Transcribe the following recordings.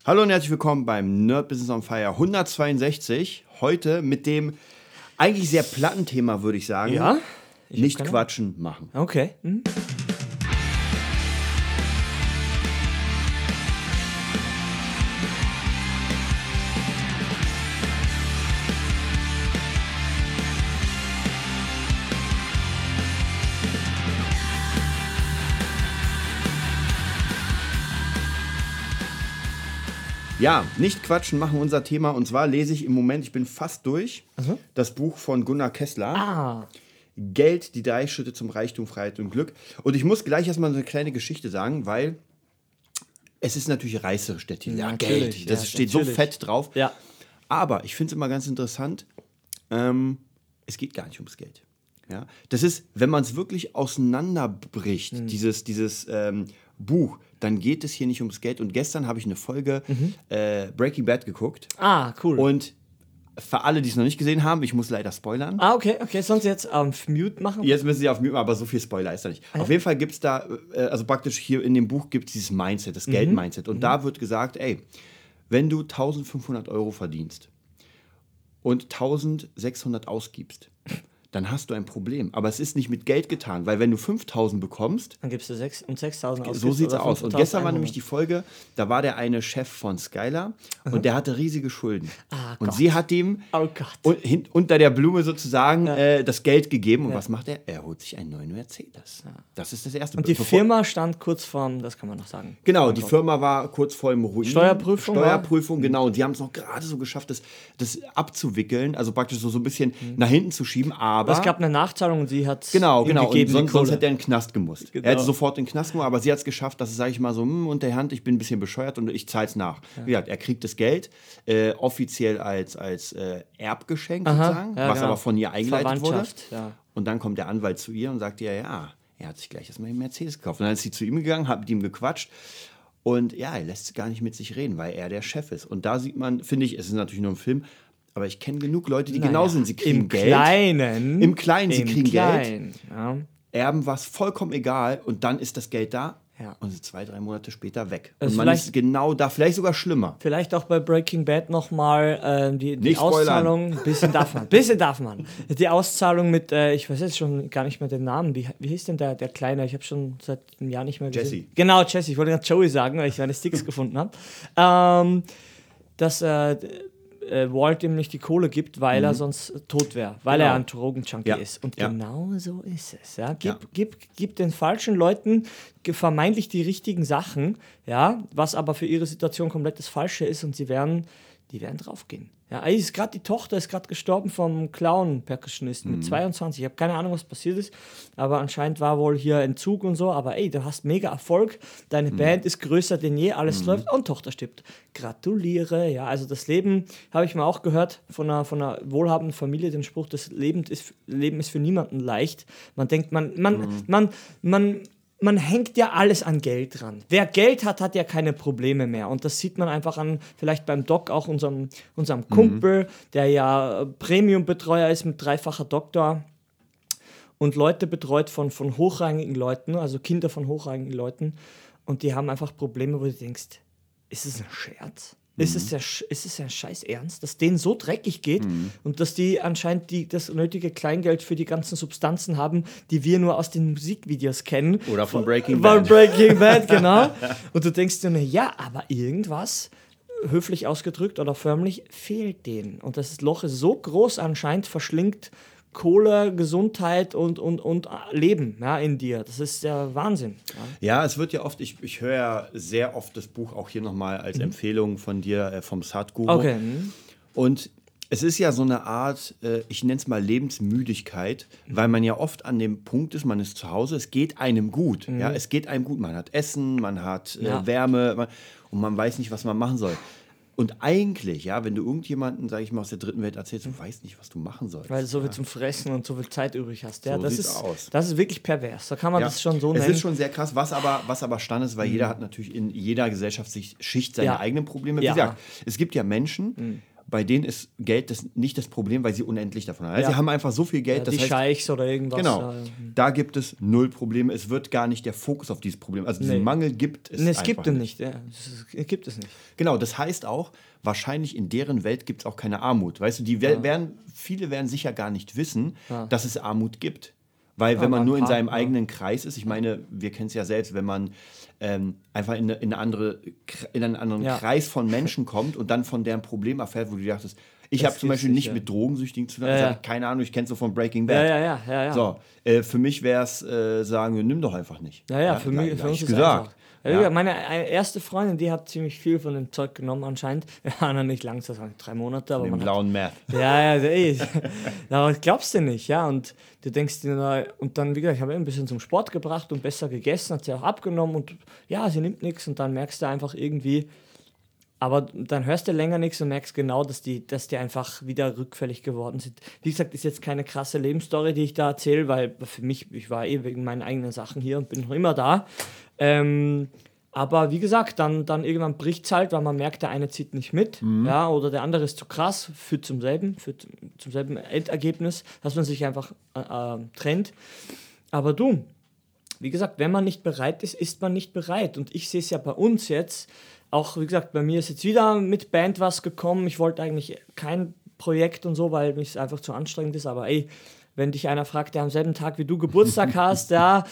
Hallo und herzlich willkommen beim Nerd Business on Fire 162. Heute mit dem eigentlich sehr platten Thema, würde ich sagen. Ja? Nicht quatschen, machen. Okay. Ja, nicht quatschen, machen unser Thema. Und zwar lese ich im Moment, ich bin fast durch, das Buch von Gunnar Kessler. Geld, die 3 Schritte zum Reichtum, Freiheit und Glück. Und ich muss gleich erstmal eine kleine Geschichte sagen, weil es ist natürlich reißerisch, der Titel. Ja, Geld, das steht so fett drauf. Ja. Aber ich finde es immer ganz interessant, es geht gar nicht ums Geld. Ja? Das ist, wenn man es wirklich auseinanderbricht, dieses Buch, dann geht es hier nicht ums Geld. Und gestern habe ich eine Folge Breaking Bad geguckt. Cool. Und für alle, die es noch nicht gesehen haben, ich muss leider spoilern. Okay. Sonst jetzt auf Mute machen? Jetzt müssen sie auf Mute machen, aber so viel Spoiler ist da nicht. Auf jeden Fall gibt es da, also praktisch hier in dem Buch gibt es dieses Mindset, das Geld-Mindset. Und da wird gesagt, ey, wenn du 1.500 Euro verdienst und 1.600 ausgibst, dann hast du ein Problem. Aber es ist nicht mit Geld getan, weil wenn du 5.000 bekommst, dann gibst du 6.000 aus. So sieht es aus. Und gestern war nämlich die Folge, da war der eine Chef von Skylar und der hatte riesige Schulden. Und sie hat ihm unter der Blume sozusagen das Geld gegeben. Und was macht er? Er holt sich einen neuen Mercedes. Das ist das Erste. Und die Firma stand kurz vorm, das kann man noch sagen. Genau, die Firma war kurz vor dem Ruin. Steuerprüfung, genau. Und sie haben es noch gerade so geschafft, das abzuwickeln, also praktisch so ein bisschen nach hinten zu schieben. Aber es gab eine Nachzahlung und sie hat es Genau. Und sonst hätte er in den Knast gemusst. Genau. Er hätte sofort in den Knast gemusst, aber sie hat es geschafft, dass es, sage ich mal, so unter der Hand, ich bin ein bisschen bescheuert und ich zahle es nach. Wie gesagt, er kriegt das Geld offiziell als Erbgeschenk sozusagen, was aber von ihr eingeleitet wurde. Ja. Und dann kommt der Anwalt zu ihr und sagt ihr, ja, er hat sich gleich erstmal einen Mercedes gekauft. Und dann ist sie zu ihm gegangen, hat mit ihm gequatscht. Und ja, er lässt gar nicht mit sich reden, weil er der Chef ist. Und da sieht man, finde ich, es ist natürlich nur ein Film, aber ich kenne genug Leute, die genau sind. Sie kriegen Geld. Im Kleinen, sie kriegen Geld. Ja. Erben war es vollkommen egal und dann ist das Geld da und 2-3 Monate später weg. Und man ist genau da, vielleicht sogar schlimmer. Vielleicht auch bei Breaking Bad nochmal die Auszahlung. Bisschen darf man. Die Auszahlung mit, ich weiß jetzt schon gar nicht mehr den Namen. Wie hieß denn der Kleine? Ich habe schon seit einem Jahr nicht mehr gesehen. Jesse. Genau, Jesse. Ich wollte gerade Joey sagen, weil ich meine Sticks gefunden habe. Dass Walt ihm nicht die Kohle gibt, weil er sonst tot wäre, weil er ein Drogenjunkie ist. Und genau so ist es. Ja? Gib den falschen Leuten vermeintlich die richtigen Sachen, was aber für ihre Situation komplett das Falsche ist und die werden draufgehen. Ja, die Tochter ist gerade gestorben vom Clown-Percussionisten mit 22. Ich habe keine Ahnung, was passiert ist, aber anscheinend war wohl hier Entzug und so. Aber du hast mega Erfolg, deine Band ist größer denn je, alles läuft und Tochter stirbt. Gratuliere, ja, also das Leben, habe ich mal auch gehört von einer wohlhabenden Familie, den Spruch, das Leben ist für niemanden leicht. Man denkt, man hängt ja alles an Geld dran. Wer Geld hat, hat ja keine Probleme mehr. Und das sieht man einfach an, vielleicht beim Doc auch unserem Kumpel, der ja Premium-Betreuer ist mit 3-facher Doktor und Leute betreut von hochrangigen Leuten, also Kinder von hochrangigen Leuten. Und die haben einfach Probleme, wo du denkst, ist es ein Scherz? Ist es ja scheiß ernst, dass denen so dreckig geht und dass die anscheinend das nötige Kleingeld für die ganzen Substanzen haben, die wir nur aus den Musikvideos kennen. Oder von Breaking Bad. Von Breaking Bad, genau. Und du denkst dir, ja, aber irgendwas, höflich ausgedrückt oder förmlich, fehlt denen. Und das Loch ist so groß anscheinend, verschlingt Kohle, Gesundheit und Leben in dir. Das ist der Wahnsinn. Ja, es wird ja oft, ich höre ja sehr oft das Buch auch hier nochmal als Empfehlung von dir, vom Sadhguru. Okay. Und es ist ja so eine Art, ich nenne es mal Lebensmüdigkeit, weil man ja oft an dem Punkt ist, man ist zu Hause, es geht einem gut. Ja, es geht einem gut. Man hat Essen, man hat Wärme und man weiß nicht, was man machen soll. Und eigentlich, wenn du irgendjemanden, sage ich mal, aus der dritten Welt erzählst, du weißt nicht, was du machen sollst. Weil du so viel zum Fressen und so viel Zeit übrig hast. Ja, so das ist wirklich pervers. Da kann man das schon so nennen. Es ist schon sehr krass, was aber Stand ist, weil jeder hat natürlich in jeder Gesellschaftsschicht seine eigenen Probleme. Wie gesagt, es gibt ja Menschen, bei denen ist Geld nicht das Problem, weil sie unendlich davon haben. Also sie haben einfach so viel Geld. Ja, das die heißt, Scheichs oder irgendwas. Genau, da gibt es null Probleme. Es wird gar nicht der Fokus auf dieses Problem. Also diesen Mangel gibt es es einfach gibt ihn nicht. Ja. Es gibt es nicht. Genau, das heißt auch, wahrscheinlich in deren Welt gibt es auch keine Armut. Weißt du, viele werden sicher gar nicht wissen, dass es Armut gibt. Weil wenn man nur in seinem eigenen Kreis ist, ich meine, wir kennen es ja selbst, wenn man einfach in einen anderen Kreis von Menschen kommt und dann von deren Problem erfährt, wo du dachtest, ich habe zum Beispiel nicht mit Drogensüchtigen zu tun, keine Ahnung, ich kenne es so von Breaking Bad. Ja. So, für mich wäre es sagen, nimm doch einfach nicht. Für uns ist es einfach. Meine erste Freundin, die hat ziemlich viel von dem Zeug genommen anscheinend. Wir waren noch nicht lang, das waren 3 Monate. Aber den blauen Meth. Aber glaubst du nicht, ja. Und du denkst dir, und dann, wie gesagt, ich habe ein bisschen zum Sport gebracht und besser gegessen, hat sie auch abgenommen und ja, sie nimmt nichts und dann merkst du einfach irgendwie, aber dann hörst du länger nichts und merkst genau, dass die einfach wieder rückfällig geworden sind. Wie gesagt, ist jetzt keine krasse Lebensstory, die ich da erzähle, weil für mich, ich war wegen meinen eigenen Sachen hier und bin noch immer da. Aber wie gesagt, dann irgendwann bricht es halt, weil man merkt, der eine zieht nicht mit, oder der andere ist zu krass, führt zum selben Endergebnis, dass man sich einfach trennt. Aber du, wie gesagt, wenn man nicht bereit ist, ist man nicht bereit. Und ich sehe es ja bei uns jetzt, auch wie gesagt, bei mir ist jetzt wieder mit Band was gekommen. Ich wollte eigentlich kein Projekt und so, weil es einfach zu anstrengend ist, aber wenn dich einer fragt, der am selben Tag wie du Geburtstag hast,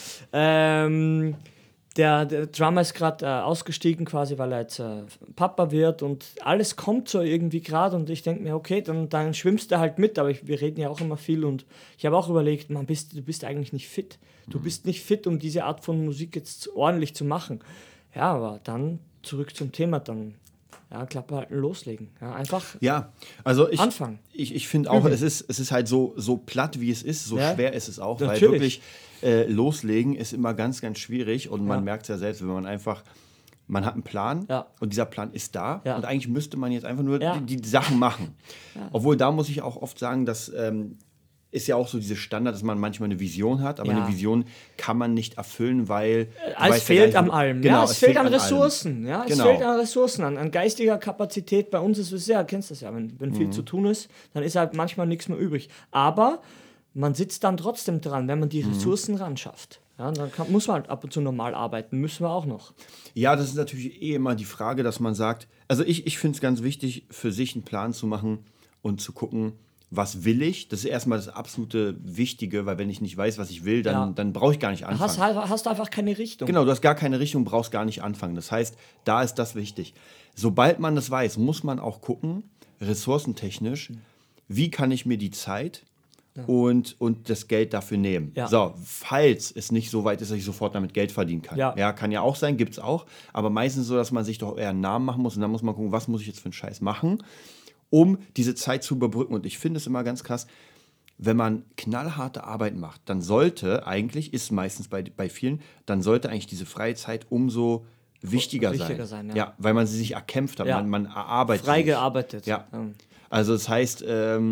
der Drummer ist gerade ausgestiegen quasi, weil er jetzt Papa wird und alles kommt so irgendwie gerade und ich denke mir, okay, dann schwimmst du halt mit, aber wir reden ja auch immer viel und ich habe auch überlegt, du bist eigentlich nicht fit. Du bist nicht fit, um diese Art von Musik jetzt ordentlich zu machen. Ja, aber dann zurück zum Thema, dann Klappe halten, loslegen. Ja, einfach anfangen. Ich finde auch, es ist halt so platt, wie es ist, so schwer ist es auch, Natürlich. weil wirklich loslegen ist immer ganz, ganz schwierig und man merkt es ja selbst, wenn man einfach, man hat einen Plan und dieser Plan ist da und eigentlich müsste man jetzt einfach nur die Sachen machen. Obwohl, da muss ich auch oft sagen, dass ist ja auch so diese Standard, dass man manchmal eine Vision hat, aber eine Vision kann man nicht erfüllen, weil es fehlt an allem. Genau, es fehlt an Ressourcen. Ja, es fehlt an Ressourcen, an geistiger Kapazität. Bei uns ist es kennst du das ja, wenn viel zu tun ist, dann ist halt manchmal nichts mehr übrig. Aber man sitzt dann trotzdem dran, wenn man die Ressourcen ran schafft. Ja, dann muss man halt ab und zu normal arbeiten, müssen wir auch noch. Ja, das ist natürlich immer die Frage, dass man sagt, also ich finde es ganz wichtig, für sich einen Plan zu machen und zu gucken, was will ich? Das ist erstmal das absolute Wichtige, weil wenn ich nicht weiß, was ich will, dann brauche ich gar nicht anfangen. Hast du einfach keine Richtung. Genau, du hast gar keine Richtung, brauchst gar nicht anfangen. Das heißt, da ist das wichtig. Sobald man das weiß, muss man auch gucken, ressourcentechnisch, wie kann ich mir die Zeit und das Geld dafür nehmen. Ja. So, falls es nicht so weit ist, dass ich sofort damit Geld verdienen kann. Ja, kann ja auch sein, gibt es auch. Aber meistens so, dass man sich doch eher einen Namen machen muss und dann muss man gucken, was muss ich jetzt für einen Scheiß machen, um diese Zeit zu überbrücken. Und ich finde es immer ganz krass, wenn man knallharte Arbeit macht, dann sollte eigentlich, ist meistens bei vielen, dann sollte eigentlich diese freie Zeit umso wichtiger sein. Ja, weil man sie sich erkämpft hat, man erarbeitet. Frei gearbeitet. Ja. Also das heißt,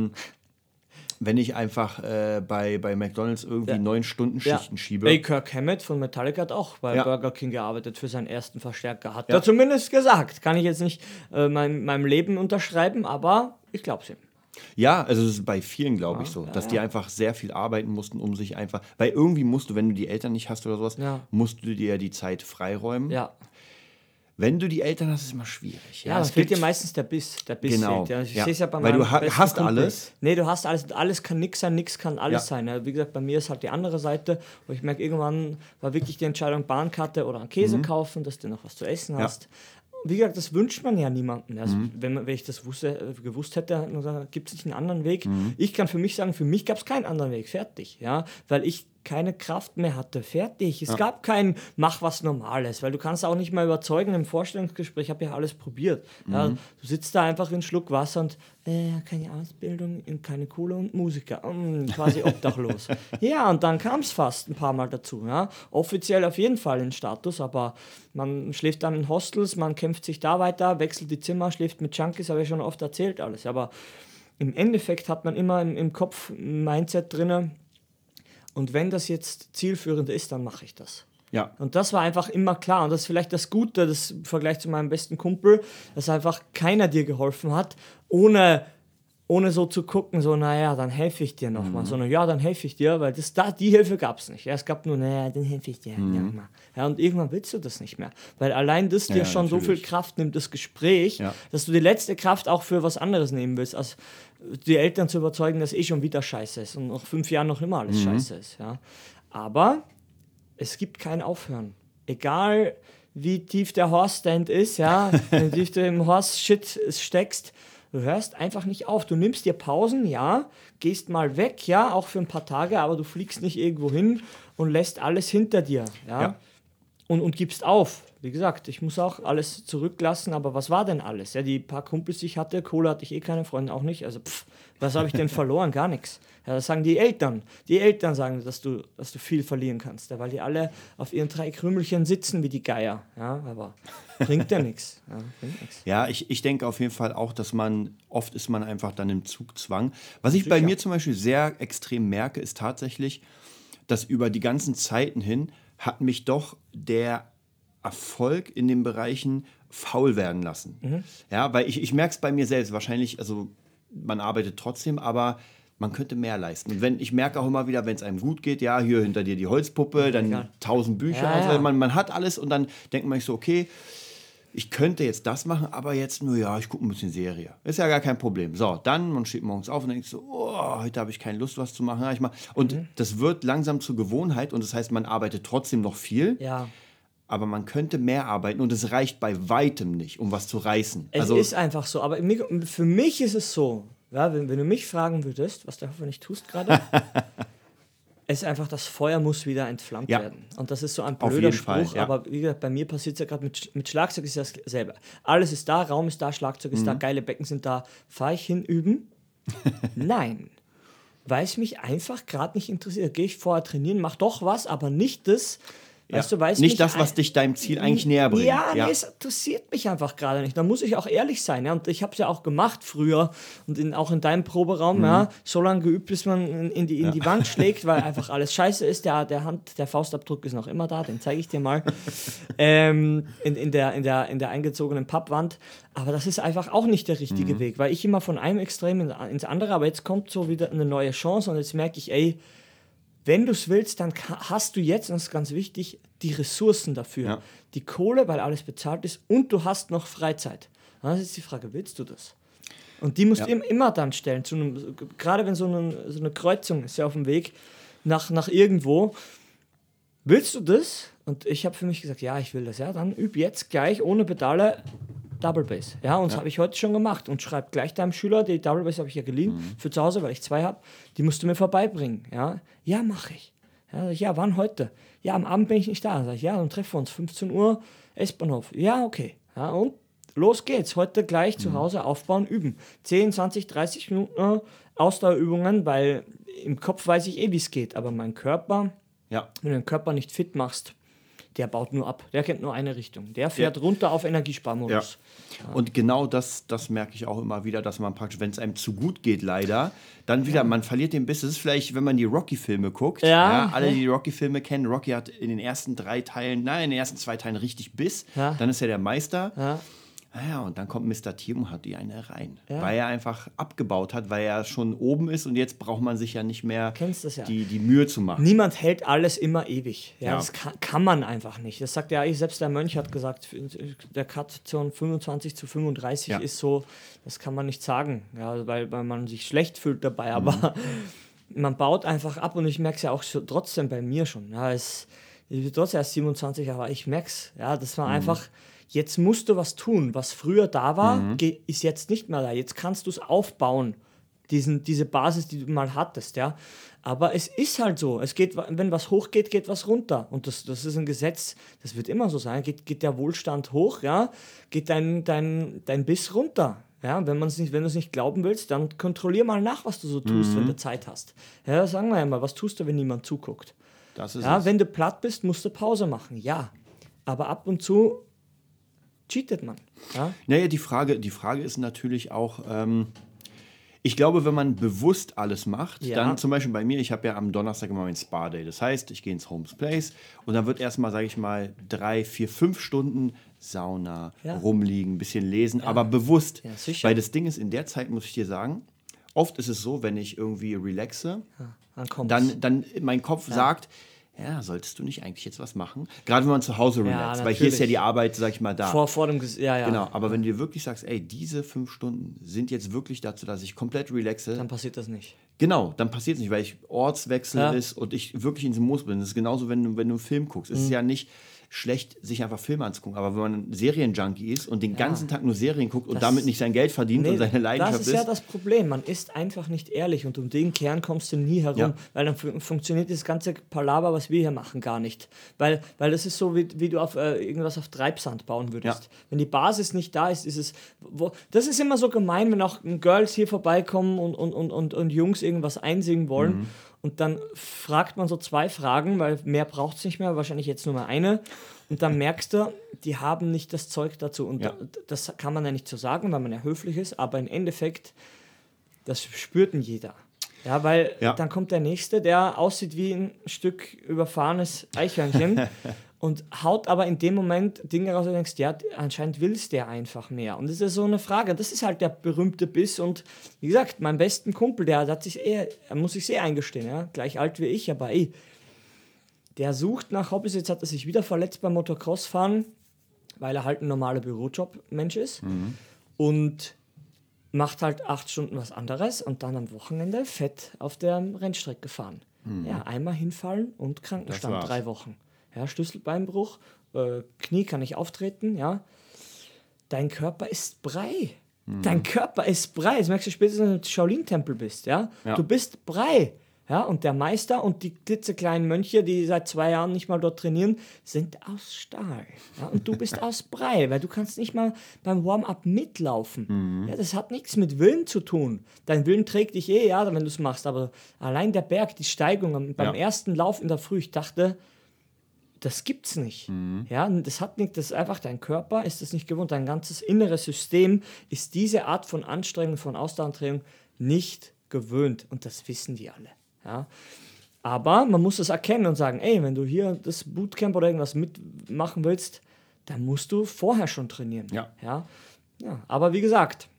wenn ich einfach bei McDonald's irgendwie 9-Stunden-Schichten schiebe. Kirk Hammett von Metallica hat auch bei Burger King gearbeitet für seinen ersten Verstärker. Hat er zumindest gesagt. Kann ich jetzt nicht meinem Leben unterschreiben, aber ich glaube es ihm. Ja, also das ist bei vielen, glaube ich, so, dass die einfach sehr viel arbeiten mussten, um sich einfach, weil irgendwie musst du, wenn du die Eltern nicht hast oder sowas, musst du dir die Zeit freiräumen. Ja. Wenn du die Eltern hast, ist es immer schwierig. Ja, es fehlt dir meistens der Biss. Genau. Ich sehe es ja bei weil meinem du hast Kumpel. alles. Nee, du hast alles. Alles kann nix sein, nix kann alles sein. Ja, wie gesagt, bei mir ist halt die andere Seite, wo ich merke, irgendwann war wirklich die Entscheidung, Bahnkarte oder einen Käse kaufen, dass du noch was zu essen hast. Wie gesagt, das wünscht man ja niemandem. Also, wenn ich das gewusst hätte, gibt es nicht einen anderen Weg. Ich kann für mich sagen, für mich gab es keinen anderen Weg. Fertig. Ja? Weil ich keine Kraft mehr hatte. Fertig. Es gab kein Mach was Normales, weil du kannst auch nicht mal überzeugen im Vorstellungsgespräch. Ich habe ja alles probiert. Ja? Du sitzt da einfach wie ein Schluck Wasser und keine Ausbildung, keine Kohle und Musiker. Quasi obdachlos. Ja, und dann kam es fast ein paar Mal dazu. Ja? Offiziell auf jeden Fall in Status, aber man schläft dann in Hostels, man kämpft sich da weiter, wechselt die Zimmer, schläft mit Junkies, habe ich schon oft erzählt alles. Aber im Endeffekt hat man immer im Kopf ein Mindset drin. Und wenn das jetzt zielführend ist, dann mache ich das. Ja. Und das war einfach immer klar. Und das ist vielleicht das Gute, das im Vergleich zu meinem besten Kumpel, dass einfach keiner dir geholfen hat, ohne so zu gucken, so, naja, dann helfe ich dir nochmal. Sondern, ja, dann helfe ich dir, weil die Hilfe gab es nicht. Ja, es gab nur, naja, dann helfe ich dir nochmal. Ja, und irgendwann willst du das nicht mehr. Weil allein das dir schon natürlich so viel Kraft nimmt, das Gespräch, dass du die letzte Kraft auch für was anderes nehmen willst, als die Eltern zu überzeugen, dass schon wieder scheiße ist und nach 5 Jahren noch immer alles scheiße ist. Ja. Aber es gibt kein Aufhören. Egal, wie tief der Horse-Stand ist, ja, wenn du im Horse-Shit steckst, du hörst einfach nicht auf. Du nimmst dir Pausen, ja, gehst mal weg, ja, auch für ein paar Tage, aber du fliegst nicht irgendwo hin und lässt alles hinter dir, ja. Und gibst auf. Wie gesagt, ich muss auch alles zurücklassen, aber was war denn alles? Ja, die paar Kumpels, die ich hatte, Kohle hatte ich keine, Freunde auch nicht. Also, was habe ich denn verloren? Gar nichts. Ja, das sagen die Eltern. Die Eltern sagen, dass du viel verlieren kannst, ja, weil die alle auf ihren 3 Krümelchen sitzen wie die Geier. Ja, aber bringt ja nichts. Ja, ich denke auf jeden Fall auch, dass oft ist man einfach dann im Zugzwang. Was ich bei mir zum Beispiel sehr extrem merke, ist tatsächlich, dass über die ganzen Zeiten hin hat mich doch der Erfolg in den Bereichen faul werden lassen. Ja, weil ich merke es bei mir selbst. Wahrscheinlich, also man arbeitet trotzdem, aber man könnte mehr leisten. Und ich merke auch immer wieder, wenn es einem gut geht, ja, hier hinter dir die Holzpuppe, dann 1000 Bücher. Ja. Also man hat alles und dann denkt man sich so, okay, ich könnte jetzt das machen, aber jetzt nur, ja, ich gucke ein bisschen Serie. Ist ja gar kein Problem. So, dann, man steht morgens auf und denkt so, oh, heute habe ich keine Lust, was zu machen. Ja, und das wird langsam zur Gewohnheit und das heißt, man arbeitet trotzdem noch viel. Ja. Aber man könnte mehr arbeiten und es reicht bei weitem nicht, um was zu reißen. Es ist einfach so. Aber für mich ist es so, ja, wenn du mich fragen würdest, was du hoffentlich tust gerade, es ist einfach, das Feuer muss wieder entflammt werden. Und das ist so ein blöder Spruch, Fall, ja. Aber wie gesagt, bei mir passiert es ja gerade mit Schlagzeug ist das dasselbe. Alles ist da, Raum ist da, Schlagzeug ist da, geile Becken sind da. Fahre ich hin, üben? Nein. Weil es mich einfach gerade nicht interessiert. Gehe ich vorher trainieren, mach doch was, aber nicht das. Weißt du, nicht das, was dich deinem Ziel eigentlich näher bringt. Ja, nee, es interessiert mich einfach gerade nicht. Da muss ich auch ehrlich sein. Ja? Und ich habe es ja auch gemacht früher und auch in deinem Proberaum, ja, so lange geübt, bis man in die Wand schlägt, weil einfach alles scheiße ist. Der Faustabdruck ist noch immer da, den zeige ich dir mal. In der eingezogenen Pappwand. Aber das ist einfach auch nicht der richtige Weg, weil ich immer von einem Extrem ins andere, aber jetzt kommt so wieder eine neue Chance und jetzt merke ich, ey, wenn du es willst, dann hast du jetzt, und das ist ganz wichtig, die Ressourcen dafür. Ja. Die Kohle, weil alles bezahlt ist und du hast noch Freizeit. Das ist die Frage, willst du das? Und die musst du immer dann stellen. Gerade wenn so eine Kreuzung ist ja auf dem Weg nach irgendwo. Willst du das? Und ich habe für mich gesagt, ja, ich will das. Ja, dann üb jetzt gleich ohne Pedale Double Bass. Ja, und das habe ich heute schon gemacht. Und schreib gleich deinem Schüler, die Double Bass habe ich ja geliehen für zu Hause, weil ich 2 habe, die musst du mir vorbeibringen. Ja, mache ich. Ja, wann heute? Ja, am Abend bin ich nicht da. Dann sag ich, ja, dann treffen wir uns, 15 Uhr, S-Bahnhof. Ja, okay. Ja, und los geht's. Heute gleich zu Hause aufbauen, üben. 10, 20, 30 Minuten Ausdauerübungen, weil im Kopf weiß ich wie es geht. Aber mein Körper, wenn du den Körper nicht fit machst, der baut nur ab. Der kennt nur eine Richtung. Der fährt runter auf Energiesparmodus. Ja. Und genau das merke ich auch immer wieder, dass man praktisch, wenn es einem zu gut geht, leider, dann wieder, man verliert den Biss. Das ist vielleicht, wenn man die Rocky-Filme guckt. Alle, die Rocky-Filme kennen, Rocky hat in den ersten 2 Teilen richtig Biss. Ja. Dann ist er der Meister. Ja. Naja, und dann kommt Mr. T und hat die eine rein. Ja. Weil er einfach abgebaut hat, weil er schon oben ist und jetzt braucht man sich ja nicht mehr die Mühe zu machen. Niemand hält alles immer ewig. Ja. Das kann man einfach nicht. Das sagt ja selbst der Mönch hat gesagt, der Cut von 25 zu 35 ist so, das kann man nicht sagen, weil man sich schlecht fühlt dabei, aber man baut einfach ab und ich merke es ja auch trotzdem bei mir schon. Ja, ich bin trotzdem erst 27, aber ich merke es. Ja, das war einfach... Jetzt musst du was tun. Was früher da war, ist jetzt nicht mehr da. Jetzt kannst du es aufbauen, diese Basis, die du mal hattest. Ja? Aber es ist halt so. Es geht, wenn was hochgeht, geht was runter. Und das ist ein Gesetz, das wird immer so sein. Geht der Wohlstand hoch, ja? Geht dein Biss runter. Ja? Wenn du es nicht glauben willst, dann kontrollier mal nach, was du so tust, wenn du Zeit hast. Ja, sagen wir einmal, was tust du, wenn niemand zuguckt? Das ist es. Wenn du platt bist, musst du Pause machen. Ja, aber ab und zu cheatet man. Ja? Naja, die Frage ist natürlich auch, Ich glaube, wenn man bewusst alles macht, Ja. dann zum Beispiel bei mir, ich habe ja am Donnerstag immer mein Spa-Day. Das heißt, ich gehe ins Homes Place und dann wird erstmal, sage ich mal, 3, 4, 5 Stunden Sauna, rumliegen, ein bisschen lesen, aber bewusst. Ja, sicher. Weil das Ding ist, in der Zeit muss ich dir sagen, oft ist es so, wenn ich irgendwie relaxe, Dann kommt's. dann mein Kopf sagt, ja, solltest du nicht eigentlich jetzt was machen? Gerade wenn man zu Hause relaxt, weil hier ist ja natürlich. die Arbeit, sag ich mal, da. vor dem ja. Genau, aber wenn du dir wirklich sagst, ey, diese 5 Stunden sind jetzt wirklich dazu, dass ich komplett relaxe, Dann passiert das nicht. genau, dann passiert es nicht, weil ich Ortswechsel ist und ich wirklich in diesem Modus bin. Das ist genauso, wenn du einen Film guckst. Es ist ja nicht schlecht, sich einfach Filme anzugucken, aber wenn man ein Serienjunkie ist und den ganzen Tag nur Serien guckt und damit nicht sein Geld verdient und seine Leidenschaft das ist ja das Problem. Man ist einfach nicht ehrlich und um den Kern kommst du nie herum, weil dann funktioniert das ganze Palaver, was wir hier machen, gar nicht. Weil das ist so, wie du auf irgendwas auf Treibsand bauen würdest. Ja. Wenn die Basis nicht da ist, ist es... das ist immer so gemein, wenn auch Girls hier vorbeikommen und Jungs irgendwas einsingen wollen. Und dann fragt man so 2 Fragen, weil mehr braucht es nicht mehr, wahrscheinlich jetzt nur mal eine. Und dann merkst du, die haben nicht das Zeug dazu. Und das kann man ja nicht so sagen, weil man ja höflich ist. Aber im Endeffekt, das spürt denn jeder. Ja, weil dann kommt der Nächste, der aussieht wie ein Stück überfahrenes Eichhörnchen und haut aber in dem Moment Dinge raus und du denkst, ja, anscheinend will es der einfach mehr. Und das ist so eine Frage. Das ist halt der berühmte Biss. Und wie gesagt, mein besten Kumpel, der hat sich er muss sich eingestehen, ja, gleich alt wie ich, aber der sucht nach Hobbys. Jetzt hat er sich wieder verletzt beim Motocross-Fahren, weil er halt ein normaler Bürojob-Mensch ist. Und macht halt 8 Stunden was anderes und dann am Wochenende fett auf der Rennstrecke fahren. Ja, einmal hinfallen und Krankenstand 3 Wochen. Ja, Schlüsselbeinbruch, Knie kann nicht auftreten, ja. Dein Körper ist Brei. Dein Körper ist Brei. Das merkst du spätestens, wenn du im Shaolin-Tempel bist, ja. Du bist Brei. Ja, und der Meister und die klitzekleinen Mönche, die seit 2 Jahren nicht mal dort trainieren, sind aus Stahl. Ja, und du bist aus Brei, weil du kannst nicht mal beim Warm-up mitlaufen. Ja, das hat nichts mit Willen zu tun. Dein Willen trägt dich ja, wenn du es machst. Aber allein der Berg, die Steigung beim ersten Lauf in der Früh, ich dachte, das gibt's nicht. Ja, das hat nicht, das ist einfach dein Körper, ist das nicht gewohnt. Dein ganzes inneres System ist diese Art von Anstrengung, von Ausdauertraining nicht gewöhnt. Und das wissen die alle. Ja. Aber man muss es erkennen und sagen, ey, wenn du hier das Bootcamp oder irgendwas mitmachen willst, dann musst du vorher schon trainieren. Ja. Aber wie gesagt,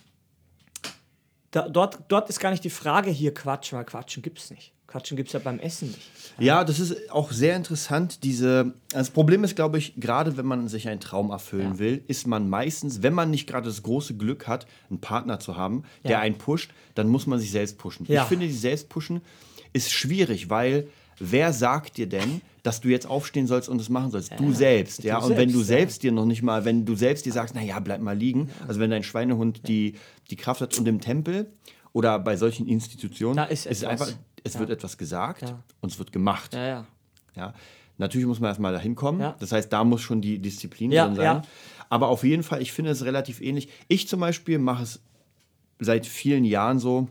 dort ist gar nicht die Frage hier quatschen, weil Quatschen gibt es nicht. Quatschen gibt es ja beim Essen nicht. Ja, das ist auch sehr interessant. Das Problem ist, glaube ich, gerade wenn man sich einen Traum erfüllen will, ist man meistens, wenn man nicht gerade das große Glück hat, einen Partner zu haben, der einen pusht, dann muss man sich selbst pushen. Ja. Ich finde, die Selbstpushen ist schwierig, weil wer sagt dir denn, dass du jetzt aufstehen sollst und es machen sollst? Du selbst, ja. Und wenn du selbst dir noch nicht mal, wenn du selbst dir sagst, naja, bleib mal liegen, also wenn dein Schweinehund die Kraft hat und im Tempel oder bei solchen Institutionen, da ist es einfach, es wird etwas gesagt und es wird gemacht. Ja. Natürlich muss man erstmal dahin kommen. Ja. Das heißt, da muss schon die Disziplin drin sein. Ja. Aber auf jeden Fall, ich finde es relativ ähnlich. Ich zum Beispiel mache es seit vielen Jahren so,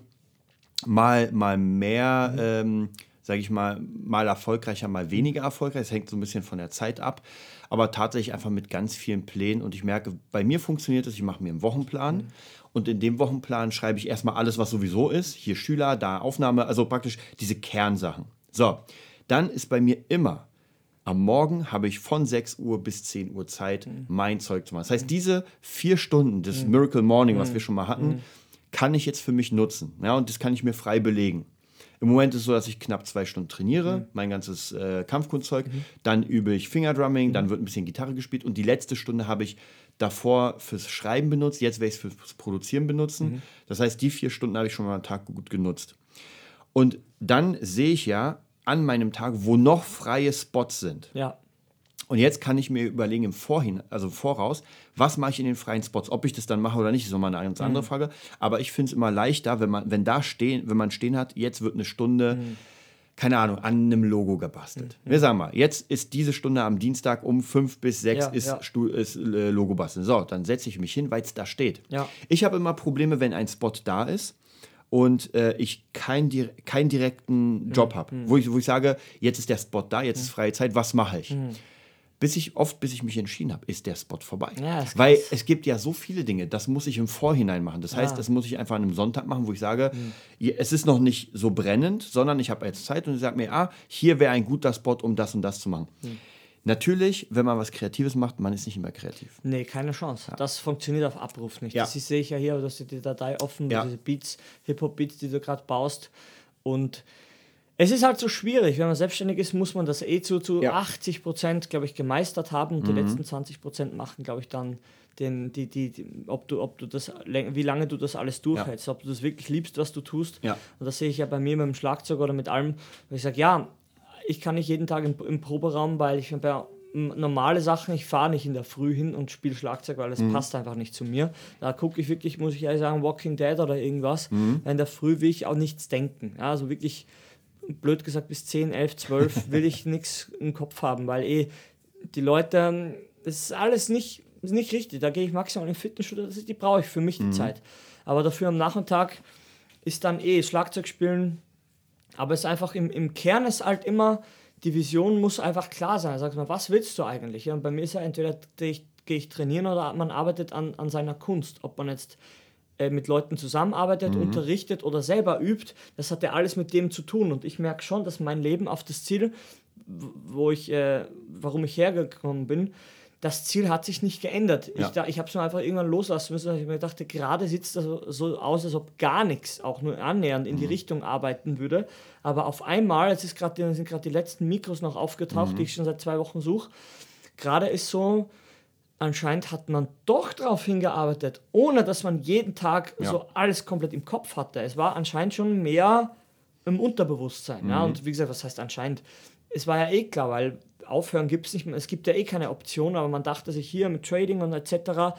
mal mehr, sage ich mal erfolgreicher, mal weniger erfolgreich. Das hängt so ein bisschen von der Zeit ab. Aber tatsächlich einfach mit ganz vielen Plänen. Und ich merke, bei mir funktioniert es, ich mache mir einen Wochenplan. Und in dem Wochenplan schreibe ich erstmal alles, was sowieso ist. Hier Schüler, da Aufnahme, also praktisch diese Kernsachen. So, dann ist bei mir immer, am Morgen habe ich von 6 Uhr bis 10 Uhr Zeit, mein Zeug zu machen. Das heißt, diese 4 Stunden, das Miracle Morning, was wir schon mal hatten, kann ich jetzt für mich nutzen. Ja, und das kann ich mir frei belegen. Im Moment ist es so, dass ich knapp 2 Stunden trainiere, mein ganzes Kampfkunstzeug. Dann übe ich Fingerdrumming, dann wird ein bisschen Gitarre gespielt. Und die letzte Stunde habe ich davor fürs Schreiben benutzt. Jetzt werde ich es fürs Produzieren benutzen. Das heißt, die 4 Stunden habe ich schon mal am Tag gut genutzt. Und dann sehe ich ja an meinem Tag, wo noch freie Spots sind. Ja. Und jetzt kann ich mir überlegen im Voraus, was mache ich in den freien Spots? Ob ich das dann mache oder nicht, ist nochmal eine ganz andere Frage. Aber ich finde es immer leichter, wenn man stehen hat, jetzt wird eine Stunde, keine Ahnung, an einem Logo gebastelt. Wir sagen mal, jetzt ist diese Stunde am Dienstag um 5 bis 6 ist Logo basteln. So, dann setze ich mich hin, weil es da steht. Ja. Ich habe immer Probleme, wenn ein Spot da ist und ich keinen direkten Job habe. Wo ich sage, jetzt ist der Spot da, jetzt ist freie Zeit, was mache ich? bis ich mich entschieden habe, ist der Spot vorbei. Ja, ist weil krass. es gibt ja so viele Dinge, das muss ich im Vorhinein machen. Das heißt, das muss ich einfach an einem Sonntag machen, wo ich sage, es ist noch nicht so brennend, sondern ich habe jetzt Zeit und ich sage mir, hier wäre ein guter Spot, um das und das zu machen. Natürlich, wenn man was Kreatives macht, man ist nicht immer kreativ. Nee, keine Chance. Das funktioniert auf Abruf nicht. Ja. Das sehe ich ja hier, dass die Datei offen, Ja. diese Beats, Hip-Hop-Beats, die du gerade baust. Und es ist halt so schwierig, wenn man selbstständig ist, muss man das zu 80%, glaube ich, gemeistert haben. Und die letzten 20% machen, glaube ich, dann ob du das, wie lange du das alles durchhältst, ob du das wirklich liebst, was du tust. Ja. Und das sehe ich ja bei mir mit dem Schlagzeug oder mit allem, wo ich sage, ja, ich kann nicht jeden Tag im Proberaum, weil ich habe ja normale Sachen, ich fahre nicht in der Früh hin und spiele Schlagzeug, weil das passt einfach nicht zu mir. Da gucke ich wirklich, muss ich ehrlich sagen, Walking Dead oder irgendwas, weil in der Früh will ich auch nichts denken. Ja, also wirklich, blöd gesagt, bis 10, 11, 12 will ich nichts im Kopf haben, weil die Leute, das ist alles nicht richtig. Da gehe ich maximal in ein Fitnessstudio, die brauche ich für mich die Zeit. Aber dafür am Nachmittag ist dann Schlagzeug spielen. Aber es ist einfach im Kern ist halt immer, die Vision muss einfach klar sein. Sagst mal, was willst du eigentlich? Ja, und bei mir ist ja entweder gehe ich trainieren oder man arbeitet an seiner Kunst. Ob man jetzt mit Leuten zusammenarbeitet, unterrichtet oder selber übt, das hat ja alles mit dem zu tun. Und ich merke schon, dass mein Leben auf das Ziel, warum ich hergekommen bin, das Ziel hat sich nicht geändert. Ja. Ich habe es mir einfach irgendwann loslassen müssen. Ich mir dachte, gerade sieht es so aus, als ob gar nichts, auch nur annähernd in die Richtung arbeiten würde. Aber auf einmal, sind gerade die letzten Mikros noch aufgetaucht, die ich schon seit 2 Wochen suche. Gerade ist so, anscheinend hat man doch darauf hingearbeitet, ohne dass man jeden Tag so alles komplett im Kopf hatte. Es war anscheinend schon mehr im Unterbewusstsein. Ja? Und wie gesagt, was heißt anscheinend? Es war ja klar, weil aufhören gibt es nicht mehr. Es gibt ja keine Option, aber man dachte sich hier mit Trading und etc.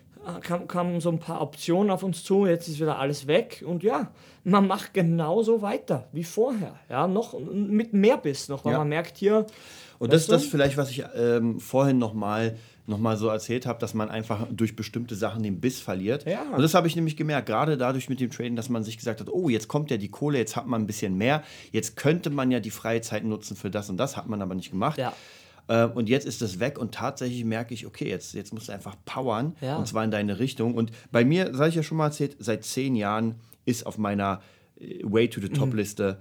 kamen so ein paar Optionen auf uns zu, jetzt ist wieder alles weg und man macht genauso weiter wie vorher. Ja, noch mit mehr Biss noch, weil man merkt hier... Und das ist das vielleicht, was ich vorhin noch mal so erzählt habe, dass man einfach durch bestimmte Sachen den Biss verliert. Ja. Und das habe ich nämlich gemerkt, gerade dadurch mit dem Traden, dass man sich gesagt hat, oh, jetzt kommt ja die Kohle, jetzt hat man ein bisschen mehr, jetzt könnte man ja die freie Zeit nutzen für das und das, hat man aber nicht gemacht. Ja. Und jetzt ist das weg und tatsächlich merke ich, okay, jetzt musst du einfach powern und zwar in deine Richtung. Und bei mir, das habe ich ja schon mal erzählt, seit 10 Jahren ist auf meiner Way to the Top-Liste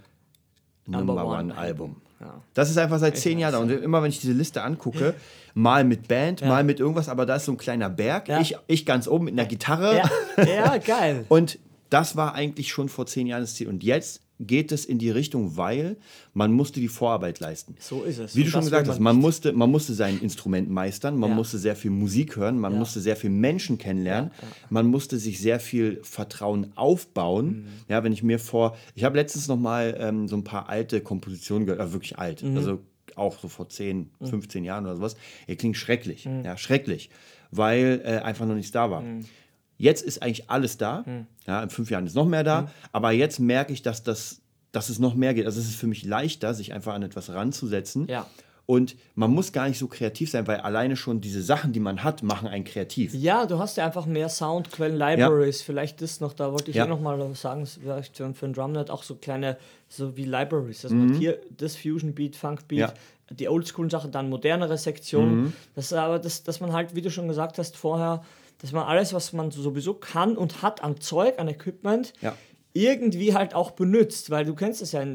Number One Album. Ja. Das ist einfach seit 10 Jahren da. Und immer, wenn ich diese Liste angucke, mal mit Band, mal mit irgendwas, aber da ist so ein kleiner Berg. Ja. Ich ganz oben mit einer Gitarre. Ja, geil. Und das war eigentlich schon vor 10 Jahren das Ziel. Und jetzt geht es in die Richtung, weil man musste die Vorarbeit leisten. So ist es. Wie du schon gesagt hast, man musste sein Instrument meistern, man musste sehr viel Musik hören, man musste sehr viel Menschen kennenlernen, man musste sich sehr viel Vertrauen aufbauen. Ja, wenn ich habe letztens noch mal so ein paar alte Kompositionen gehört, wirklich alt, also auch so vor 10, 15 Jahren oder sowas. Klingt schrecklich, schrecklich, weil einfach noch nichts da war. Jetzt ist eigentlich alles da. Ja, in 5 Jahren ist noch mehr da. Aber jetzt merke ich, dass es noch mehr geht. Also es ist für mich leichter, sich einfach an etwas ranzusetzen. Ja. Und man muss gar nicht so kreativ sein, weil alleine schon diese Sachen, die man hat, machen einen kreativ. Ja, du hast ja einfach mehr Soundquellen, Libraries. Vielleicht das noch, da wollte ich noch mal sagen, vielleicht für einen Drumnet auch so kleine, so wie Libraries. Also man hat hier das Fusion Beat, Funk Beat, die Oldschool-Sachen, dann modernere Sektionen. Das aber dass man halt, wie du schon gesagt hast vorher, dass man alles, was man sowieso kann und hat an Zeug, an Equipment, irgendwie halt auch benutzt, weil du kennst es ja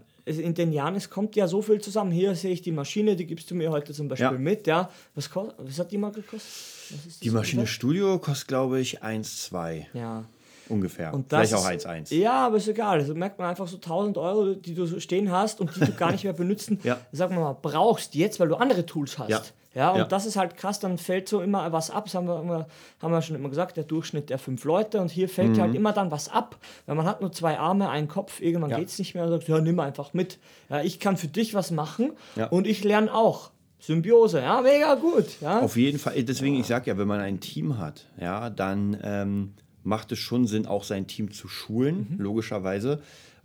in den Jahren, es kommt ja so viel zusammen. Hier sehe ich die Maschine, die gibst du mir heute zum Beispiel mit. Ja. Was hat die mal gekostet? Die Maschine Studio kostet, glaube ich, 1,2. Ja. Ungefähr. Und vielleicht auch 1,1. Ja, aber ist egal. Also merkt man einfach so 1.000 Euro, die du so stehen hast und die du gar nicht mehr benutzen, sagen wir mal, brauchst jetzt, weil du andere Tools hast. Ja, und das ist halt krass, dann fällt so immer was ab. Das haben wir schon immer gesagt, der Durchschnitt der 5 Leute. Und hier fällt halt immer dann was ab. Weil man hat nur 2 Arme, einen Kopf, irgendwann geht es nicht mehr. Und sagt, nimm einfach mit. Ja, ich kann für dich was machen und ich lerne auch. Symbiose, mega gut. Ja. Auf jeden Fall. Deswegen, ich sage ja, wenn man ein Team hat, dann macht es schon Sinn, auch sein Team zu schulen, logischerweise.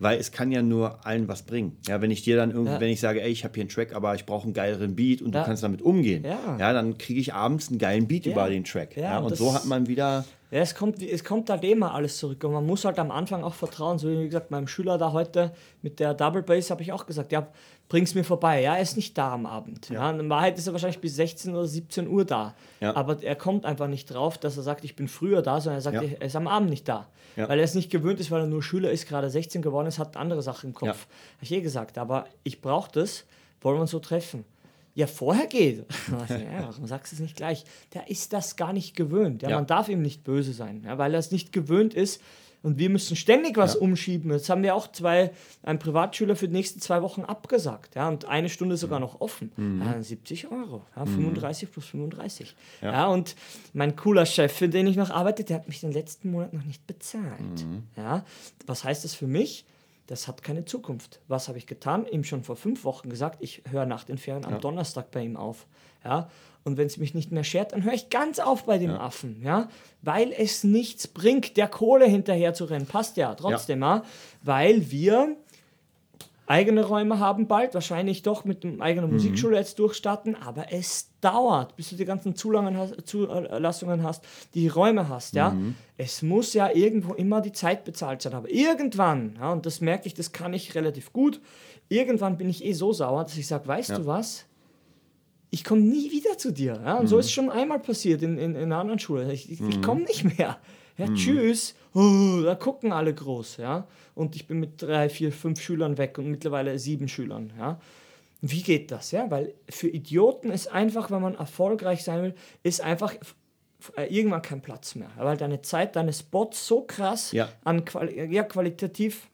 weil es kann ja nur allen was bringen. Ja, wenn ich dir dann irgendwie, wenn ich sage, ey, ich habe hier einen Track, aber ich brauche einen geileren Beat und du kannst damit umgehen, dann kriege ich abends einen geilen Beat über den Track. Ja, und so hat man wieder... Ja, es kommt halt immer alles zurück und man muss halt am Anfang auch vertrauen, so wie gesagt, meinem Schüler da heute mit der Double Bass habe ich auch gesagt, ja, bring's mir vorbei, ja, er ist nicht da am Abend, ja, in Wahrheit ist er wahrscheinlich bis 16 oder 17 Uhr da, aber er kommt einfach nicht drauf, dass er sagt, ich bin früher da, sondern er sagt, er ist am Abend nicht da, weil er es nicht gewöhnt ist, weil er nur Schüler ist, gerade 16 geworden ist, hat andere Sachen im Kopf, habe ich gesagt, aber ich brauche das, wollen wir uns so treffen. Ja, vorher geht. Warum sagst du es nicht gleich? Der ist das gar nicht gewöhnt. Ja, man darf ihm nicht böse sein, weil er es nicht gewöhnt ist. Und wir müssen ständig was umschieben. Jetzt haben wir auch einen Privatschüler für die nächsten 2 Wochen abgesagt. Ja, und eine Stunde sogar noch offen. 70 €. Ja, 35 plus 35. Ja, und mein cooler Chef, für den ich noch arbeite, der hat mich den letzten Monat noch nicht bezahlt. Ja, was heißt das für mich? Das hat keine Zukunft. Was habe ich getan? Ihm schon vor 5 Wochen gesagt, ich höre nach den Ferien am Donnerstag bei ihm auf. Ja? Und wenn es mich nicht mehr schert, dann höre ich ganz auf bei dem Affen. Ja? Weil es nichts bringt, der Kohle hinterher zu rennen. Passt ja trotzdem. Ja? Weil wir eigene Räume haben bald, wahrscheinlich doch mit einer eigenen Musikschule jetzt durchstarten, aber es dauert, bis du die ganzen Zulassungen hast, die Räume hast, ja. Es muss ja irgendwo immer die Zeit bezahlt sein, aber irgendwann, ja, und das merke ich, das kann ich relativ gut, irgendwann bin ich so sauer, dass ich sage, weißt du was, ich komme nie wieder zu dir, ja, und so ist schon einmal passiert in einer anderen Schule, ich komme nicht mehr. Ja, tschüss. Da gucken alle groß, ja. Und ich bin mit 3, 4, 5 Schülern weg und mittlerweile 7 Schülern, ja. Wie geht das, ja? Weil für Idioten ist einfach, wenn man erfolgreich sein will, ist einfach irgendwann kein Platz mehr. Weil deine Zeit, deine Spots so krass qualitativ,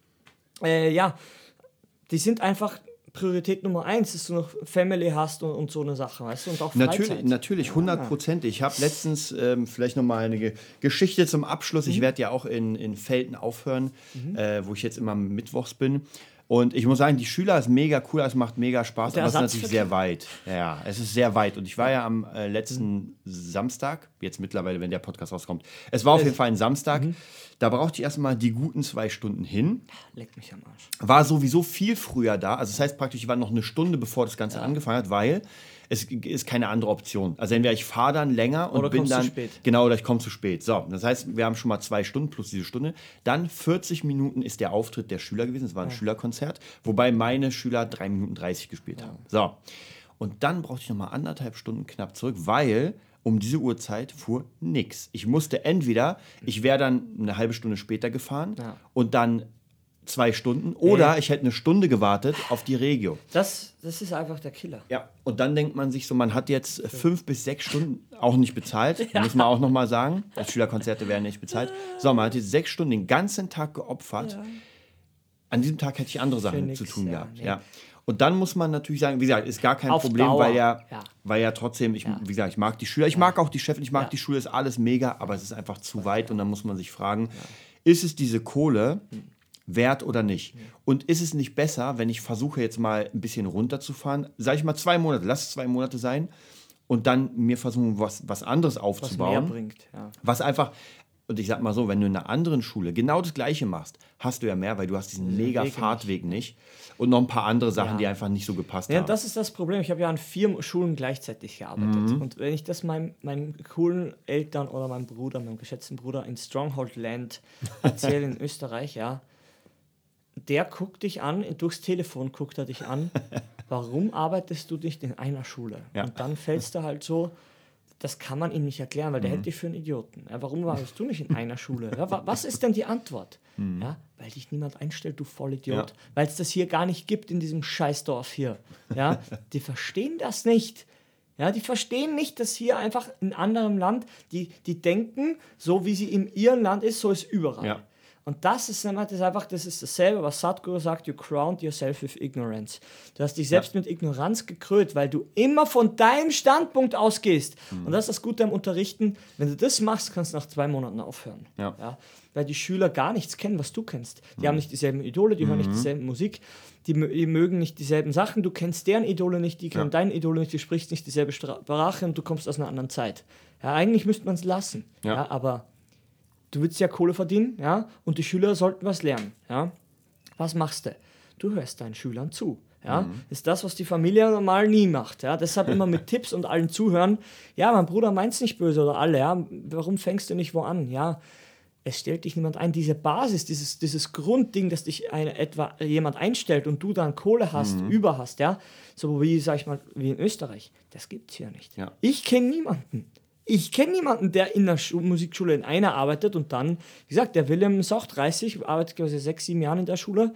die sind einfach Priorität Nummer 1, dass du noch Family hast und so eine Sache, weißt du, und auch Freizeit. Natürlich, 100%. Ich habe letztens vielleicht nochmal eine Geschichte zum Abschluss. Ich werde ja auch in Velten aufhören, wo ich jetzt immer mittwochs bin. Und ich muss sagen, die Schüler ist mega cool, es macht mega Spaß, aber es ist natürlich sehr weit. Ja, es ist sehr weit. Und ich war ja am letzten Samstag, jetzt mittlerweile, wenn der Podcast rauskommt, es war auf jeden Fall ein Samstag, da brauchte ich erstmal die guten 2 Stunden hin. Leck mich am Arsch. War sowieso viel früher da, also das heißt praktisch, ich war noch eine Stunde, bevor das Ganze angefangen hat, weil es ist keine andere Option. Also entweder ich fahre dann länger und bin dann... Zu spät. Genau, oder ich komme zu spät. So, das heißt, wir haben schon mal 2 Stunden plus diese Stunde. Dann 40 Minuten ist der Auftritt der Schüler gewesen. Es war ein Schülerkonzert, wobei meine Schüler 3 Minuten 30 gespielt haben. So, und dann brauchte ich noch mal 1,5 Stunden knapp zurück, weil um diese Uhrzeit fuhr nix. Ich musste entweder, ich wäre dann eine halbe Stunde später gefahren und dann 2 Stunden oder ich hätte eine Stunde gewartet auf die Regio. Das ist einfach der Killer. Ja, und dann denkt man sich so, man hat jetzt 5 bis 6 Stunden auch nicht bezahlt, muss man auch nochmal sagen. Die Schülerkonzerte werden nicht bezahlt. So, man hat jetzt 6 Stunden den ganzen Tag geopfert. Ja. An diesem Tag hätte ich andere Sachen zu tun gehabt. Ja. Und dann muss man natürlich sagen, wie gesagt, ist gar kein Problem, Dauer. weil ja trotzdem, wie gesagt, ich mag die Schüler, ich mag auch die Chefin, ich mag die Schule, ist alles mega, aber es ist einfach zu weit und dann muss man sich fragen, ist es diese Kohle wert oder nicht? Und ist es nicht besser, wenn ich versuche jetzt mal ein bisschen runterzufahren, sage ich mal 2 Monate, lass es 2 Monate sein und dann mir versuchen, was anderes aufzubauen. Was mehr bringt, Was einfach, und ich sag mal so, wenn du in einer anderen Schule genau das Gleiche machst, hast du ja mehr, weil du hast diesen mega Fahrtweg nicht und noch ein paar andere Sachen, die einfach nicht so gepasst haben. Ja, das ist das Problem. Ich habe ja an 4 Schulen gleichzeitig gearbeitet. Und wenn ich das meinen coolen Eltern oder meinem Bruder, meinem geschätzten Bruder in Stronghold Land erzähle in Österreich, der guckt dich an, durchs Telefon guckt er dich an, warum arbeitest du nicht in einer Schule? Ja. Und dann fällst du halt so, das kann man ihm nicht erklären, weil der hält dich für einen Idioten. Ja, warum warst du nicht in einer Schule? Ja, was ist denn die Antwort? Ja, weil dich niemand einstellt, du Vollidiot. Ja. Weil es das hier gar nicht gibt in diesem Scheißdorf hier. Ja, die verstehen das nicht. Ja, die verstehen nicht, dass hier einfach in anderem Land, die denken, so wie sie in ihrem Land ist, so ist überall. Ja. Und das ist dasselbe, was Sadhguru sagt, you crowned yourself with ignorance. Du hast dich selbst mit Ignoranz gekrönt, weil du immer von deinem Standpunkt ausgehst. Und das ist das Gute am Unterrichten. Wenn du das machst, kannst du nach 2 Monaten aufhören. Ja? Weil die Schüler gar nichts kennen, was du kennst. Die haben nicht dieselben Idole, die hören nicht dieselben Musik, die mögen nicht dieselben Sachen, du kennst deren Idole nicht, die kennen deine Idole nicht, du sprichst nicht dieselbe Sprache und du kommst aus einer anderen Zeit. Ja, eigentlich müsste man es lassen, aber du willst ja Kohle verdienen, und die Schüler sollten was lernen, Was machst du? Du hörst deinen Schülern zu. Ja? Ist das, was die Familie normal nie macht. Ja? Deshalb immer mit Tipps und allen zuhören. Ja, mein Bruder meint's nicht böse oder alle. Ja? Warum fängst du nicht wo an? Ja, es stellt dich niemand ein. Diese Basis, dieses Grundding, dass dich etwa jemand einstellt und du dann Kohle hast, über hast, ja, so wie, sag ich mal, wie in Österreich, das gibt's hier nicht. Ja. Ich kenne niemanden, der in der Musikschule in einer arbeitet und dann, wie gesagt, der Willem ist auch 30, arbeitet quasi 6, 7 Jahre in der Schule,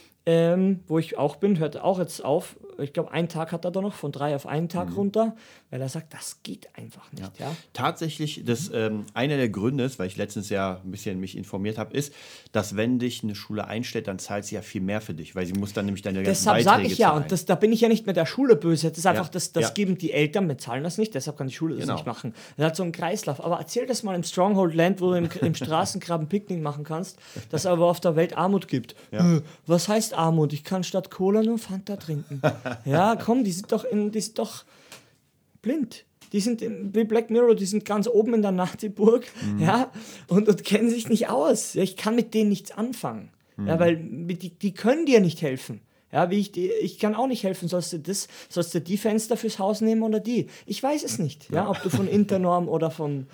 wo ich auch bin, hört auch jetzt auf. Ich glaube, einen Tag hat er da noch, von 3 auf einen Tag runter, weil er sagt, das geht einfach nicht. Ja. Tatsächlich, einer der Gründe ist, weil ich letztens ja ein bisschen mich informiert habe, ist, dass wenn dich eine Schule einstellt, dann zahlt sie ja viel mehr für dich, weil sie muss dann nämlich deine ganzen Deshalb Beiträge sage ich ja, zahlen. und da bin ich ja nicht mit der Schule böse. Das ist einfach, das Ja. geben die Eltern, wir zahlen das nicht, deshalb kann die Schule das Genau. nicht machen. Das hat so einen Kreislauf. Aber erzähl das mal im Stronghold Land, wo du im Straßengraben Picknick machen kannst, dass es aber auf der Welt Armut gibt. Was heißt Armut? Ich kann statt Cola nur Fanta trinken. Ja, komm, die sind doch blind. Die sind wie Black Mirror, die sind ganz oben in der Nazi-Burg, ja, und kennen sich nicht aus. Ja, ich kann mit denen nichts anfangen. Ja, weil die können dir nicht helfen. Ja, ich kann auch nicht helfen. Sollst du die Fenster fürs Haus nehmen oder die? Ich weiß es nicht. Ja, ob du von Internorm oder vom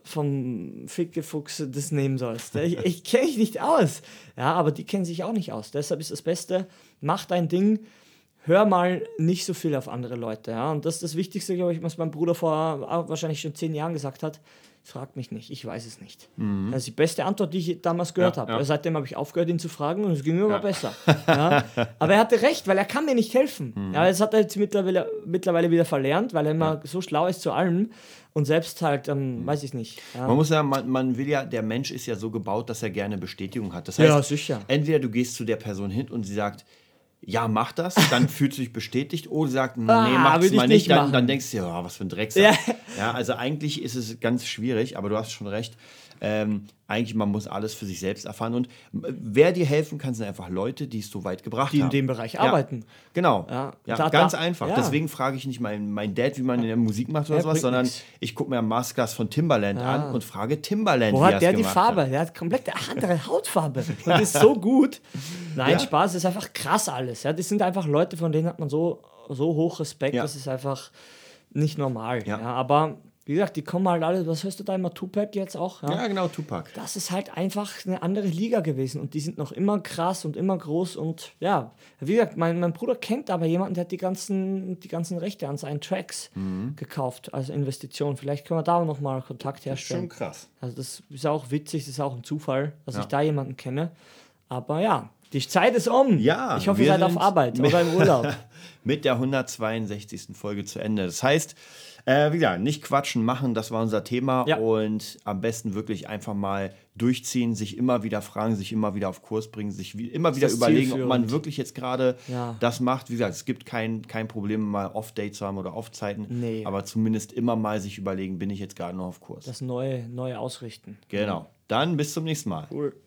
Fickefuchs das nehmen sollst. Ich kenne mich nicht aus. Ja, aber die kennen sich auch nicht aus. Deshalb ist das Beste, mach dein Ding, hör mal nicht so viel auf andere Leute. Ja? Und das ist das Wichtigste, glaube ich, was mein Bruder vor wahrscheinlich schon 10 Jahren gesagt hat. Frag mich nicht, ich weiß es nicht. Das ist die beste Antwort, die ich damals gehört habe. Seitdem habe ich aufgehört, ihn zu fragen und es ging mir immer besser. Ja? Aber er hatte recht, weil er kann mir nicht helfen. Ja, das hat er jetzt mittlerweile wieder verlernt, weil er immer so schlau ist zu allem und selbst halt, weiß ich nicht. Ja. Man muss sagen, man will ja, der Mensch ist ja so gebaut, dass er gerne Bestätigung hat. Das heißt, Ja, sicher. entweder du gehst zu der Person hin und sie sagt, ja, mach das, dann fühlst du dich bestätigt, oder sie sagt, nee, mach das mal nicht, dann denkst du, ja, was für ein Drecksack. Ja, also eigentlich ist es ganz schwierig, aber du hast schon recht. Eigentlich, man muss alles für sich selbst erfahren. Und wer dir helfen kann, sind einfach Leute, die es so weit gebracht haben. Die in dem Bereich arbeiten. Genau. Ja, ganz einfach. ja. Deswegen frage ich nicht mein Dad, wie man in der Musik macht oder sowas, sondern ich gucke mir Masterclass von Timbaland an und frage Timbaland, wo hat der die Farbe? Der hat komplett eine andere Hautfarbe. Und das ist so gut. Nein, Spaß, das ist einfach krass alles. Ja, das sind einfach Leute, von denen hat man so hoch Respekt. Das ist einfach nicht normal. Ja, aber wie gesagt, die kommen halt alle, was hörst du da immer, Tupac jetzt auch? Ja, genau, Tupac. Das ist halt einfach eine andere Liga gewesen und die sind noch immer krass und immer groß und ja, wie gesagt, mein Bruder kennt aber jemanden, der hat die ganzen Rechte an seinen Tracks gekauft als Investition. Vielleicht können wir da noch mal Kontakt herstellen. Das ist schon krass. Also das ist auch witzig, das ist auch ein Zufall, dass ich da jemanden kenne. Aber ja, die Zeit ist um. Ja, ich hoffe, ihr seid auf Arbeit oder im Urlaub. Mit der 162. Folge zu Ende. Das heißt, wie gesagt, nicht quatschen, machen, das war unser Thema. Und am besten wirklich einfach mal durchziehen, sich immer wieder fragen, sich immer wieder auf Kurs bringen, sich immer wieder überlegen, ob man wirklich jetzt gerade das macht. Wie gesagt, es gibt kein Problem, mal Off-Day zu haben oder Off-Zeiten. Nee. Aber zumindest immer mal sich überlegen, bin ich jetzt gerade noch auf Kurs. Das neue ausrichten. Genau. Dann bis zum nächsten Mal. Cool.